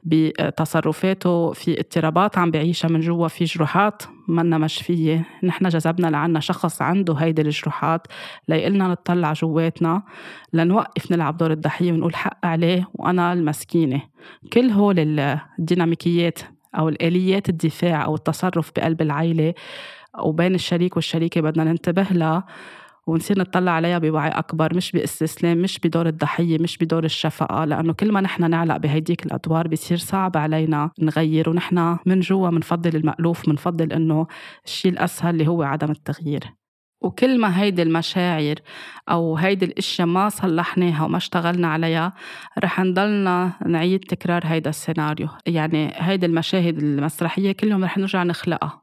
بتصرفاته، في اضطرابات عم بيعيشها من جوا، في جروحات منا مشفية. نحن جذبنا لعنا شخص عنده هيدي الجروحات ليقلنا نطلع جواتنا، لنوقف نلعب دور الضحية ونقول حق عليه وأنا المسكينة. كل هول الديناميكيات أو الآليات الدفاع أو التصرف بقلب العائلة وبين الشريك والشريكة بدنا ننتبه لها ونصير نطلع عليها بوعي أكبر، مش باستسلام، مش بدور الضحية، مش بدور الشفقة، لأنه كل ما نحن نعلق بهيديك الأدوار بيصير صعب علينا نغير، ونحن من جوا منفضل المألوف، منفضل إنه الشيء الأسهل اللي هو عدم التغيير. وكل ما هيدي المشاعر أو هيدي الاشياء ما صلحناها وما اشتغلنا عليها، رح نضلنا نعيد تكرار هيدا السيناريو. يعني هيدي المشاهد المسرحية كل يوم رح نرجع نخلقها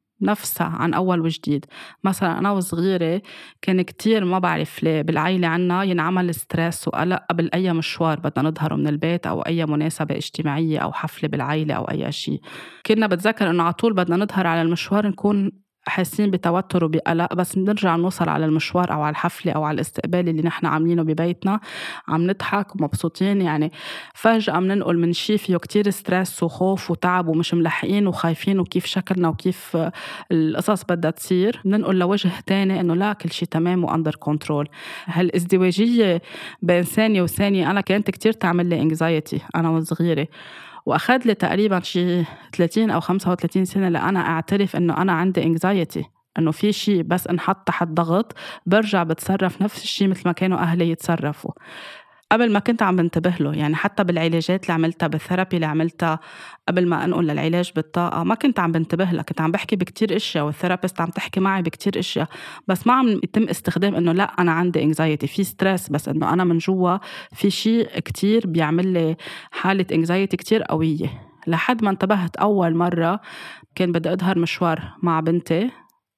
نفسها عن أول وجديد. مثلا أنا وصغيرة كان كتير ما بعرف ليه بالعائلة عنا ينعمل ستريس وقلق قبل أي مشوار بدنا نظهره من البيت أو أي مناسبة اجتماعية أو حفلة بالعائلة أو أي شيء. كنا بتذكر أنه على طول بدنا نظهر على المشوار نكون حاسين بتوتر وبقلق، بس بنرجع نوصل على المشوار أو على الحفلة أو على الاستقبال اللي نحن عاملينه ببيتنا عم نضحك ومبسوطين. يعني فجأة بننقل من شيء فيه كتير ستريس وخوف وتعب ومش ملحقين وخايفين وكيف شكلنا وكيف القصص بدها تصير، بننقل لوجه تاني إنه لا كل شيء تمام وأندر كنترول. هالازدواجية بين ثانية وثانية أنا كانت كتير تعمل لي انكزايتي أنا وصغيرة، وأخذ لي تقريباً شي ثلاثين أو خمسة وثلاثين سنة لأنا أعترف إنه أنا عندي انكزايتي، إنه في شي بس انحط تحت ضغط برجع بتصرف نفس الشي مثل ما كانوا أهلي يتصرفوا قبل ما كنت عم بنتبه له. يعني حتى بالعلاجات اللي عملتها بالثيرابي اللي عملتها قبل ما أنقل للعلاج بالطاقة ما كنت عم بنتبه لها، كنت عم بحكي بكتير إشياء والثيرابيست عم تحكي معي بكتير إشياء، بس ما عم يتم استخدام إنه لا أنا عندي انكزايتي في ستريس، بس إنه أنا من جوا في شيء كتير بيعمل لي حالة انكزايتي كتير قوية. لحد ما انتبهت أول مرة كان بدي أظهر مشوار مع بنتي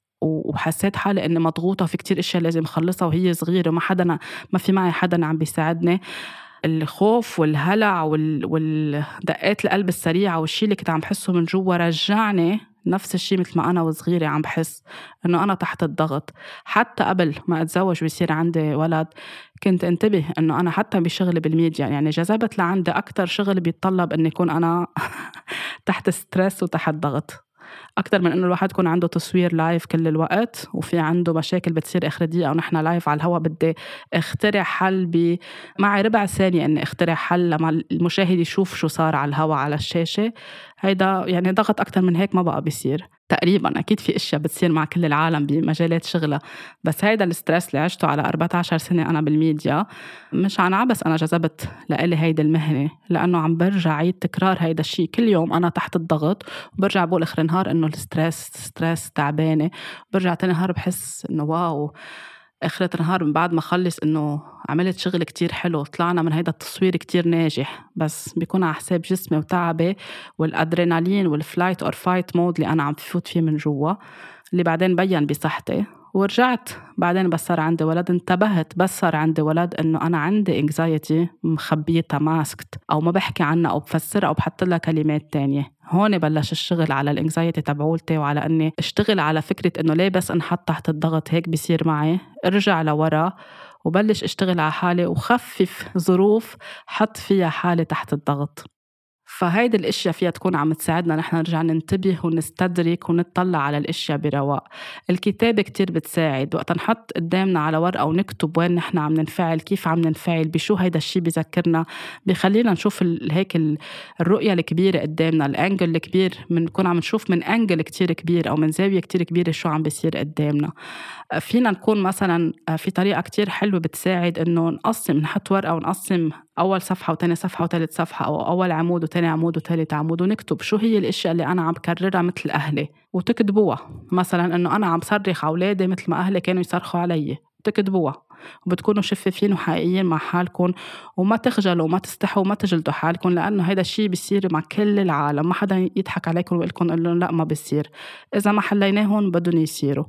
وحسيت حالي إني مضغوطة في كتير إشياء لازم خلصها وهي صغيرة وما حدا ما في معي حدا عم بيساعدني. الخوف والهلع وال... والدقات القلب السريعة والشي اللي كنت عم بحسه من جوا رجعني نفس الشي مثل ما أنا وصغيرة عم بحس إنه أنا تحت الضغط. حتى قبل ما أتزوج ويصير عندي ولد كنت انتبه إنه أنا حتى بشغل بالميديا يعني جذبت لعندي أكتر شغل بيتطلب إني يكون أنا تحت ستريس وتحت ضغط أكتر من إنه الواحد يكون عنده تصوير لايف كل الوقت وفي عنده مشاكل بتصير آخر دقيقة ونحن لايف على الهواء. بدي اخترع حل ب معي ربع ثانية إني اخترع حل لما المشاهد يشوف شو صار على الهواء على الشاشة. هيدا يعني ضغط أكتر من هيك ما بقى بيصير تقريبا. أكيد في إشياء بتصير مع كل العالم بمجالات شغلة، بس هيدا الستريس اللي عشته على أربعة عشر سنة أنا بالميديا مش عن عبس أنا جذبت لإلي هيدا المهنة، لأنه عم برجع عيد تكرار هيدا الشيء كل يوم. أنا تحت الضغط وبرجع بقول آخر النهار إنه الستريس ستريس تعبانة، برجع تاني نهار بحس إنه واو آخرة النهار من بعد ما خلص إنه عملت شغل كتير حلو، طلعنا من هيدا التصوير كتير ناجح، بس بيكون على حساب جسمي وتعبي والأدرينالين والفلايت أور فايت مود اللي أنا عم بفوت فيه من جوا اللي بعدين بيّن بصحتي. ورجعت بعدين بس صار عندي ولد انتبهت بس صار عندي ولد إنه أنا عندي انكزايتي مخبيتها ماسكت أو ما بحكي عنها أو بفسرها أو بحط لها كلمات تانية. هون بلش الشغل على الانكزايتي تبعولتي وعلى أني اشتغل على فكرة إنه ليه بس انحط تحت الضغط هيك بيصير معي. ارجع لورا وبلش اشتغل على حالي وخفف ظروف حط فيها حالي تحت الضغط. فهيدي الاشياء فيها تكون عم تساعدنا نحن نرجع ننتبه ونستدرك ونطلع على الاشياء برواق. الكتابة كتير بتساعد وقت نحط قدامنا على ورقة ونكتب وين نحن عم ننفعل كيف عم ننفعل بشو هيدا الشيء بيذكرنا بيخلينا نشوف هيك الرؤية الكبيرة قدامنا الانجل الكبير من نكون عم نشوف من انجل كتير كبير أو من زاوية كتير كبيرة شو عم بيصير قدامنا. فينا نكون مثلا في طريقة كتير حلوة بتساعد إنه نقسم نحط ورقة ونقسم أول صفحة وتاني صفحة وتالت صفحة أو أول عمود وتاني عمود وتالت عمود ونكتب شو هي الأشياء اللي أنا عم بكررها مثل أهلي وتكتبوها. مثلا إنه أنا عم صرخ على أولادي مثل ما أهلي كانوا يصرخوا علي تكتبوها وبتكونوا شفافين وحقيقيين مع حالكم وما تخجلوا وما تستحوا وما تجلدوا حالكم لأنه هيدا الشيء بيصير مع كل العالم. ما حدا يضحك عليكم ويقول لكم لا ما بيصير، إذا ما حليناهم بدون يصيروا.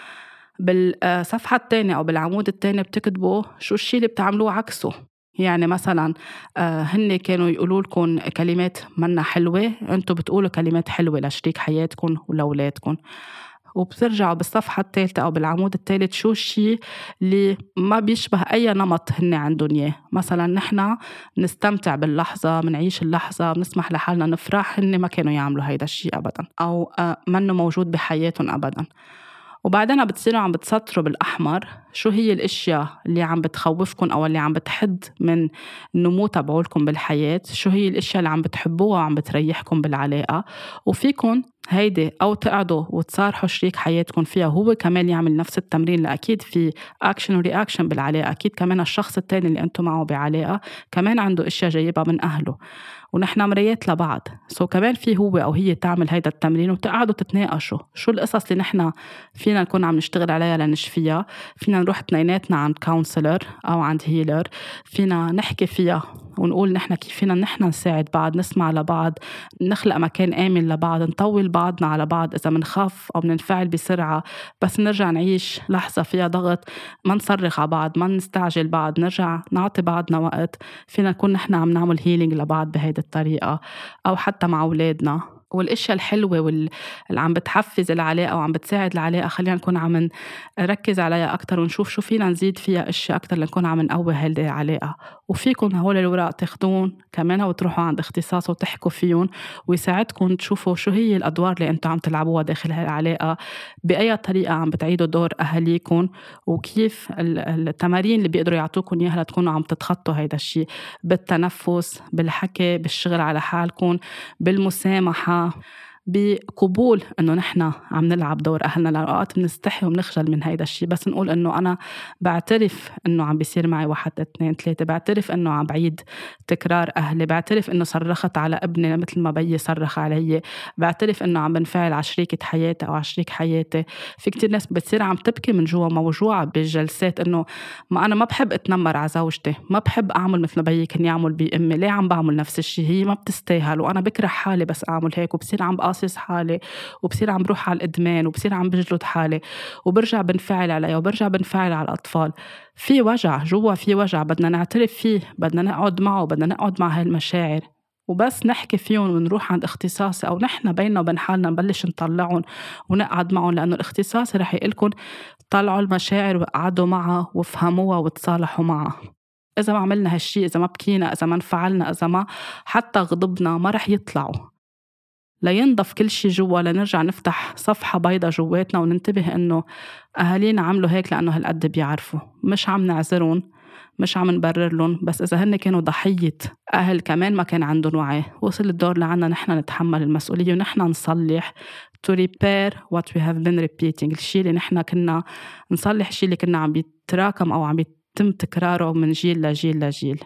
بالصفحة الثانية أو بالعمود الثاني بتكتبوا شو الشيء اللي بتعملوه عكسه. يعني مثلا هن كانوا يقولوا لكم كلمات منا حلوة، أنتوا بتقولوا كلمات حلوة لشريك حياتكم ولأولادكم. وبترجعوا بالصفحة الثالثة أو بالعمود الثالث شو الشيء اللي ما بيشبه أي نمط هن عندهم إياه. مثلا نحن نستمتع باللحظة، منعيش اللحظة، بنسمح لحالنا نفرح، هن ما كانوا يعملوا هيدا الشيء أبدا أو منه موجود بحياتهم أبدا. وبعدين بتصيروا عم بتسطروا بالأحمر شو هي الاشياء اللي عم بتخوفكم او اللي عم بتحد من النمو تبعولكم بالحياة، شو هي الاشياء اللي عم بتحبوها وعم بتريحكم بالعلاقة. وفيكم هيدي أو تقعدوا وتصارحوا شريك حياتكم فيها وهو كمان يعمل نفس التمرين، لأكيد في أكشن ورياكشن بالعلاقة. أكيد كمان الشخص التاني اللي أنتم معه بعلاقة كمان عنده إشياء جايبها من أهله، ونحن مريات لبعض. سو كمان في هو أو هي تعمل هيدا التمرين وتقعدوا تتناقشوا شو القصص اللي نحن فينا نكون عم نشتغل عليها لنشفيها. فينا نروح تنيناتنا عند كونسلر أو عند هيلر، فينا نحكي فيها ونقول نحن كيف فينا نحن نساعد بعض، نسمع لبعض، نخلق مكان آمن لبعض، نطول بعضنا على بعض إذا منخاف أو مننفعل بسرعة، بس نرجع نعيش لحظة فيها ضغط ما نصرخ على بعض، ما نستعجل بعض، نرجع نعطي بعضنا وقت. فينا نكون نحن عم نعمل هيلينج لبعض بهيدي الطريقة، أو حتى مع أولادنا. والاشياء الحلوه واللي عم بتحفز العلاقه وعم بتساعد العلاقه خلينا نكون عم نركز عليها اكثر ونشوف شو فينا نزيد فيها اشياء اكثر لنكون عم نقوي هالدي العلاقه. وفيكم هول الوراق تاخذون كمان وتروحوا عند اختصاص وتحكوا فيهم ويساعدكم تشوفوا شو هي الادوار اللي انتم عم تلعبوها داخل هالعلاقه، باي طريقه عم بتعيدوا دور اهاليكم، وكيف التمارين اللي بيقدروا يعطوكم اياها لتكونوا عم تتخطوا هيدا الشيء بالتنفس، بالحكي، بالشغل على حالكم، بالمسامحه، بقبول انه نحن عم نلعب دور اهلنا. لأوقات بنستحي وبنخجل من هيدا الشيء، بس نقول انه انا بعترف انه عم بيصير معي واحد اثنين ثلاثة، بعترف انه عم بعيد تكرار اهلي، بعترف انه صرخت على ابني مثل ما بيي صرخ علي، بعترف انه عم بنفعل على شريكة حياتي او على شريك حياتي. في كتير ناس بتصير عم تبكي من جوا موجوعة بالجلسات انه ما انا ما بحب اتنمر على زوجتي، ما بحب اعمل مثل ما بيي كان يعمل بامي، ليه عم بعمل نفس الشيء، هي ما بتستاهل، وانا بكره حالي بس اعمل هيك، وبصير عم قاصص حالي، وبصير عم بروح على الادمان، وبصير عم بجلد حالي، وبرجع بنفعل عليها، وبرجع بنفعل على الاطفال. في وجع جوا، في وجع بدنا نعترف فيه، بدنا نقعد معه، بدنا نقعد مع هالمشاعر وبس نحكي فيهم ونروح عند اختصاصي، او نحن بيننا وبين حالنا نبلش نطلعهم ونقعد معهم، لانه الاختصاصي رح يقلكن طلعوا المشاعر وقعدوا معها وفهموها وتصالحوا معها. إذا ما عملنا هالشي، إذا ما بكينا، إذا ما انفعلنا، إذا ما حتى غضبنا، ما رح يطلعوا. لينضف كل شي جوا، لنرجع نفتح صفحة بيضة جواتنا وننتبه إنه أهالينا عملوا هيك لأنه هالقد بيعرفوا. مش عم نعذرون، مش عم نبرر لهم، بس إذا هن كانوا ضحية أهل كمان ما كان عندهم وعي، وصل الدور لعنا نحن نتحمل المسؤولية ونحن نصلح to repair what we have been repeating. الشي اللي نحن كنا نصلح، الشي اللي كنا عم بيتراكم أو عم بيتم تكراره من جيل لجيل لجيل.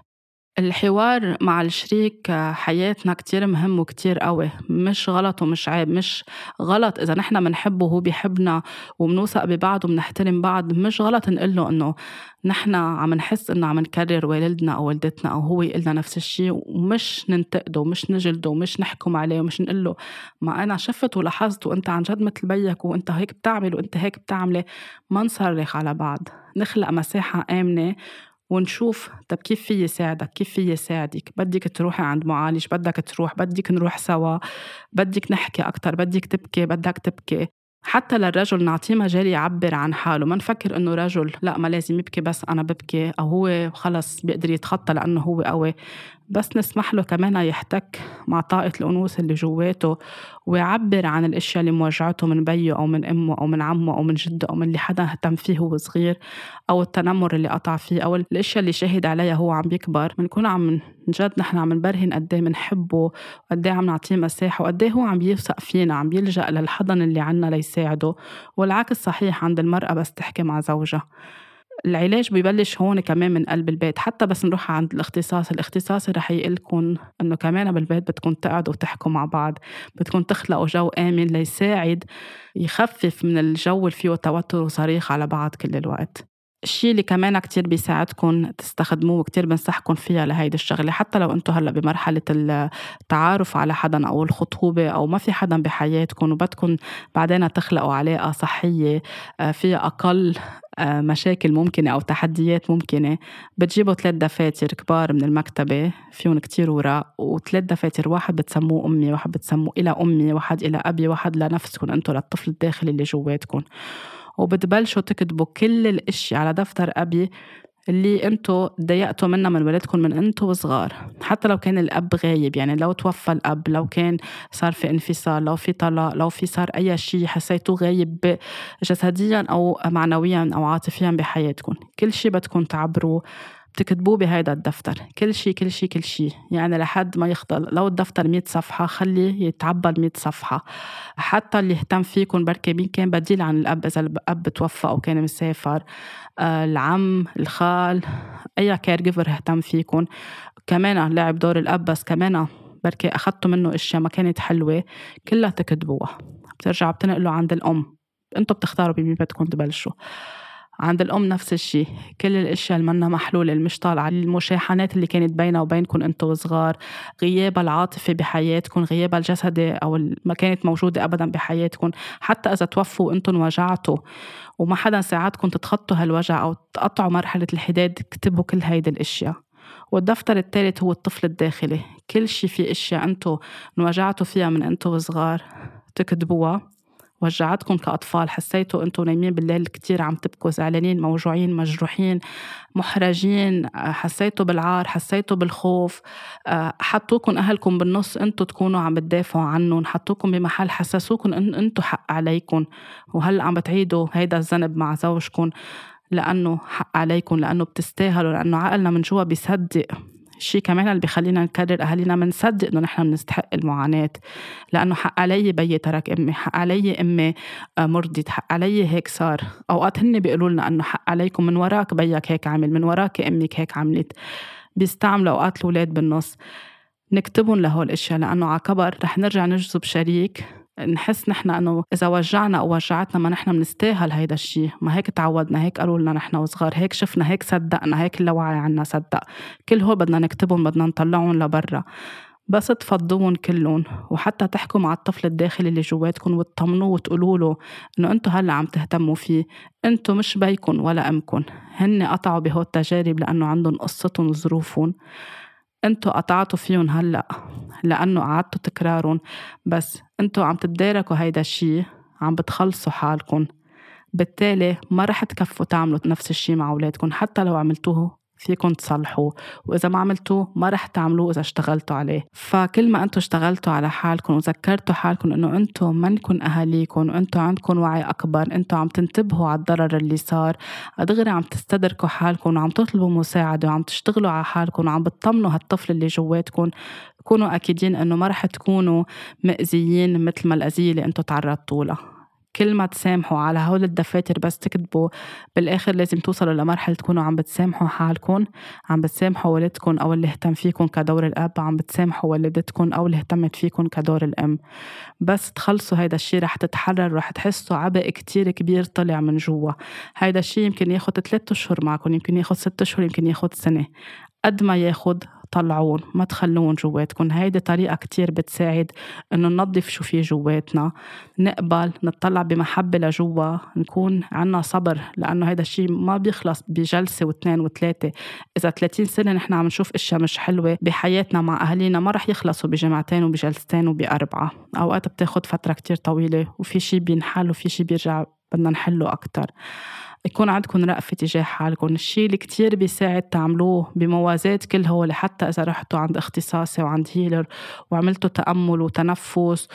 الحوار مع الشريك حياتنا كتير مهم وكتير قوي، مش غلط ومش عيب. مش غلط إذا نحنا منحبه وهو بيحبنا ومنوثق ببعض ومنحترم بعض، مش غلط نقله إنه نحنا عم نحس إنه عم نكرر والدنا أو والدتنا أو هو يقلنا نفس الشيء، ومش ننتقده ومش نجلده ومش نحكم عليه ومش نقله ما أنا شفت ولاحظت وإنت عن جد مثل بيك وإنت هيك بتعمل وإنت هيك بتعملي. ما نصرخ على بعض، نخلق مساحة آمنة ونشوف طب كيف في يساعدك، كيف في يساعدك، بدك تروحي عند معالج، بدك تروح، بدك نروح سوا، بدك نحكي أكتر، بدك تبكي، بدك تبكي. حتى للرجل نعطيه مجال يعبر عن حاله، ما نفكر إنه رجل لا ما لازم يبكي بس أنا ببكي، أو هو خلص بيقدر يتخطى لأنه هو قوي. بس نسمح له كمان يحتك مع طاقة الأنوثة اللي جواته ويعبر عن الأشياء اللي موجعته من بيه أو من أمه أو من عمه أو من جده أو من اللي حدا اهتم فيه هو صغير، أو التنمر اللي قطع فيه، أو الأشياء اللي شاهد عليها هو عم بيكبر. بنكون عم نجد نحن عم نبرهن قديه منحبه وقديه عم نعطيه مساحة وقديه هو عم بيوثق فينا، عم بيلجأ للحضن اللي عنا ليساعده. والعكس صحيح عند المرأة بس تحكي مع زوجها. العلاج بيبلش هون كمان من قلب البيت. حتى بس نروح عند الاختصاص، الاختصاصي رح يقلكن انه كمان بالبيت بدكن تقعدوا وتحكوا مع بعض، بدكن تخلقوا جو آمن ليساعد يخفف من الجو اللي فيه توتر وصريخ على بعض كل الوقت. الشيء اللي كمان كتير بيساعدكن تستخدموه وكتير بنصحكن فيها لهيدي الشغلة، حتى لو انتو هلأ بمرحلة التعارف على حدا أو الخطوبة أو ما في حدا بحياتكن وبدكن بعدين تخلقوا علاقة صحية فيها أقل مشاكل ممكنة أو تحديات ممكنة، بتجيبوا ثلاث دفاتر كبار من المكتبة فيهم كتير وراء، وثلاث دفاتر، واحد بتسموه أمي، واحد بتسموه إلى أمي، واحد إلى أبي، واحد لنفسكن أنتو للطفل الداخلي اللي جواتكن. وبتبلشوا تكتبوا كل الاشياء على دفتر أبي اللي انتو ضايقتوا منها من ولادكم من انتو وصغار، حتى لو كان الأب غايب. يعني لو توفى الأب، لو كان صار في انفصال، لو في طلاق، لو في صار أي شيء حسيتوه غايب جسديا أو معنويا أو عاطفيا بحياتكم، كل شيء بدكم تعبروه، بتكتبوه بهيدا الدفتر. كل شيء كل شيء كل شيء، يعني لحد ما يخضل. لو الدفتر مية صفحة خلي يتعبى مية صفحة. حتى اللي يهتم فيكم بركي مين كان بديل عن الأب، إذا الأب توفى أو كان مسافر، آه العم، الخال، أي كير جيفر اهتم فيكم، كمان لعب دور الأب بس كمان بركي أخذتوا منه إشياء ما كانت حلوة، كلها تكتبوها. بترجعوا بتنقلوا عند الأم، انتوا بتختاروا بمين بدكم تبلشوا. عند الأم نفس الشيء، كل الأشياء اللي منا محلولة، اللي مش طالعة، المشاحنات اللي كانت بينها وبينكم انتوا صغار، غياب العاطفة بحياتكم، غياب الجسدي أو ما كانت موجودة أبدا بحياتكم. حتى إذا توفوا وانتم وجعتوا وما حدا ساعدكم تتخطوا هالوجع أو تقطعوا مرحلة الحداد، اكتبوا كل هيدا الأشياء. والدفتر الثالث هو الطفل الداخلي. كل شيء في أشياء انتوا انوجعتوا فيها من انتوا صغار تكتبوها. وجعتكم كأطفال، حسيتوا انتوا نايمين بالليل كتير عم تبكوا، زعلانين، موجوعين، مجروحين، محرجين، حسيتوا بالعار، حسيتوا بالخوف، حطوكم أهلكم بالنص، انتوا تكونوا عم تدافعوا عنهم، حطوكم بمحل حسسوكم ان انتوا حق عليكم، وهلأ عم بتعيدوا هيدا الذنب مع زوجكم لأنه حق عليكم، لأنه بتستاهلوا، لأنه عقلنا من جوا بيصدق. شيء كمان اللي بيخلينا نكرر أهالينا، منصدق إنه نحن بنستحق المعاناة، لأنه حق علي بي ترك أمي، حق علي أمي مرضت، حق علي هيك صار. أوقات هن بيقولوا لنا إنه حق عليكم، من وراك بيك هيك عمل، من وراك أمك هيك عملت. بيستعملوا أوقات الأولاد بالنص. نكتبهم لهول الأشياء، لأنه على كبر رح نرجع نجذب شريك نحس نحن أنه إذا وجعنا أو وجعتنا ما نحن منستاهل هيدا الشيء، ما هيك تعودنا، هيك قالوا لنا نحن وصغار، هيك شفنا، هيك صدقنا، هيك اللاوعي عنا صدق. كل هول بدنا نكتبهم، بدنا نطلعهم لبرا، بس تفضوهم كلهم. وحتى تحكوا مع الطفل الداخلي اللي جواتكم وتطمنوه وتقولوا له إنه أنتوا هلأ عم تهتموا فيه، أنتوا مش بيكن ولا أمكن، هن قطعوا بهو التجارب لأنه عندهم قصتهم وظروفهم، انتوا قطعتوا فيهم هلأ لأنه قعدتوا تكرارهم، بس انتوا عم تتداركوا هيدا الشي، عم بتخلصوا حالكم. بالتالي ما رح تكفوا تعملوا نفس الشي مع أولادكم، حتى لو عملتوه فيكم تصلحوه، وإذا ما عملتوه ما رح تعملوه إذا اشتغلتوا عليه. فكل ما أنتوا اشتغلتوا على حالكم وذكرتوا حالكم إنه أنتوا منكن أهاليكم وأنتوا عندكم وعي أكبر، أنتوا عم تنتبهوا على الضرر اللي صار، دغري عم تستدركوا حالكم وعم تطلبوا مساعدة وعم تشتغلوا على حالكم وعم بتطمنوا هالطفل اللي جواتكم، كونوا أكيدين إنه ما رح تكونوا مأذيين مثل ما الأذية اللي أنتوا تعرضتوا لها. كل ما تسامحوا على هول الدفاتر بس تكتبوا، بالآخر لازم توصلوا لمرحلة تكونوا عم بتسامحوا حالكم، عم بتسامحوا والدكم أو اللي اهتم فيكم كدور الأب، عم بتسامحوا والدتكم أو اللي اهتمت فيكم كدور الأم. بس تخلصوا هيدا الشي رح تتحرر، رح تحسوا عبء كتير كبير طلع من جوا. هيدا الشي يمكن ياخد ثلاثة أشهر معكم، يمكن ياخد ستة أشهر، يمكن ياخد سنة. قد ما ياخد طلعون، ما تخلون جواتكم. هيدي طريقة كتير بتساعد إنه ننظف شو في جواتنا، نقبل، نطلع بمحبة لجوا، نكون عنا صبر، لأنه هيدا الشيء ما بيخلص بجلسة واثنين وثلاثة. إذا ثلاثين سنة نحن عم نشوف إشياء مش حلوة بحياتنا مع أهالينا، ما رح يخلصوا بجمعتين وبجلستين وبأربعة. أوقات بتاخد فترة كتير طويلة، وفي شيء بينحل وفي شيء بيرجع بدنا نحله أكتر. يكون عندكم رأفة تجاه حالكم. الشيء اللي كتير بيساعد تعملوه بموازاة كل هول، حتى إذا رحتوا عند اختصاصي وعند هيلر وعملتوا تأمل وتنفس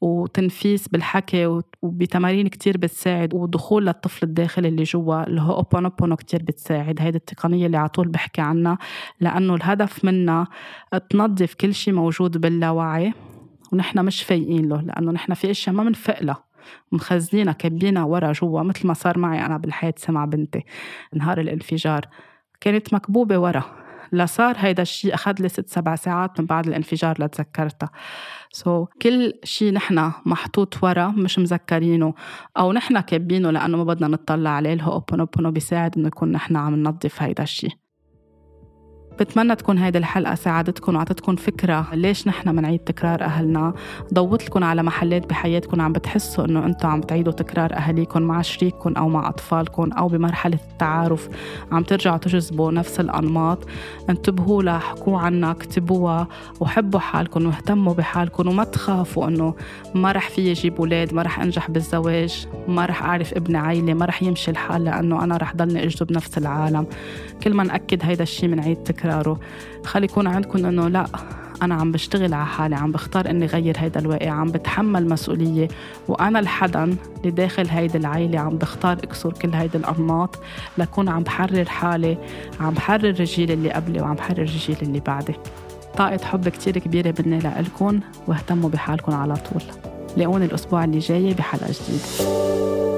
وتنفيس بالحكي وبتمارين كتير بتساعد، ودخول للطفل الداخلي اللي جوا اللي هو أوبونوبونو كتير بتساعد. هيدي التقنية اللي عطول بحكي عنها، لأنه الهدف منها تنظف كل شيء موجود باللاوعي ونحن مش فايقين له، لأنه نحن في أشياء ما منفقلها، مخزنينها كبينا ورا جوا. مثل ما صار معي أنا بالحادثة مع بنتي نهار الانفجار، كانت مكبوبة ورا، لا صار هيدا الشيء أخذ لي ست سبع ساعات من بعد الانفجار لتذكرتها. سو so, كل شيء نحنا محطوط ورا مش مذكرينه أو نحنا كبينه لأنه ما بدنا نطلع عليه، اللي هو أوبونوبونو بيساعد إنه يكون نحنا عم ننظف هيدا الشيء. بتمنى تكون هيدي الحلقة ساعدتكم وعطتكم فكرة ليش نحن منعيد تكرار أهلنا، ضوت لكم على محلات بحياتكم عم بتحسوا إنه أنتوا عم بتعيدوا تكرار أهليكم مع شريككم أو مع أطفالكم أو بمرحلة التعارف عم ترجعوا تجذبوا نفس الأنماط. انتبهوا لها، حكوا عنها، اكتبوها، وحبوا حالكم واهتموا بحالكم، وما تخافوا إنه ما رح في يجيب أولاد، ما رح أنجح بالزواج، ما رح أعرف ابن عائلة، ما رح يمشي الحال لأنه أنا رح ضلني أجذب نفس العالم. كل ما نأكد هيدا الشيء من عيد تكراره. خلي يكون عندكم أنه لا، أنا عم بشتغل على حالي، عم بختار أني غير هيدا الواقع، عم بتحمل مسؤولية، وأنا الحدن اللي داخل هيدا العائلة عم بختار أكسر كل هيدا الأنماط لكون عم بحرر حالي، عم بحرر الجيل اللي قبلي وعم بحرر الجيل اللي بعدي. طاقة حب كتير كبيرة مني لألكن، واهتموا بحالكم على طول. لاقوني الأسبوع اللي جاي بحلقة جديدة.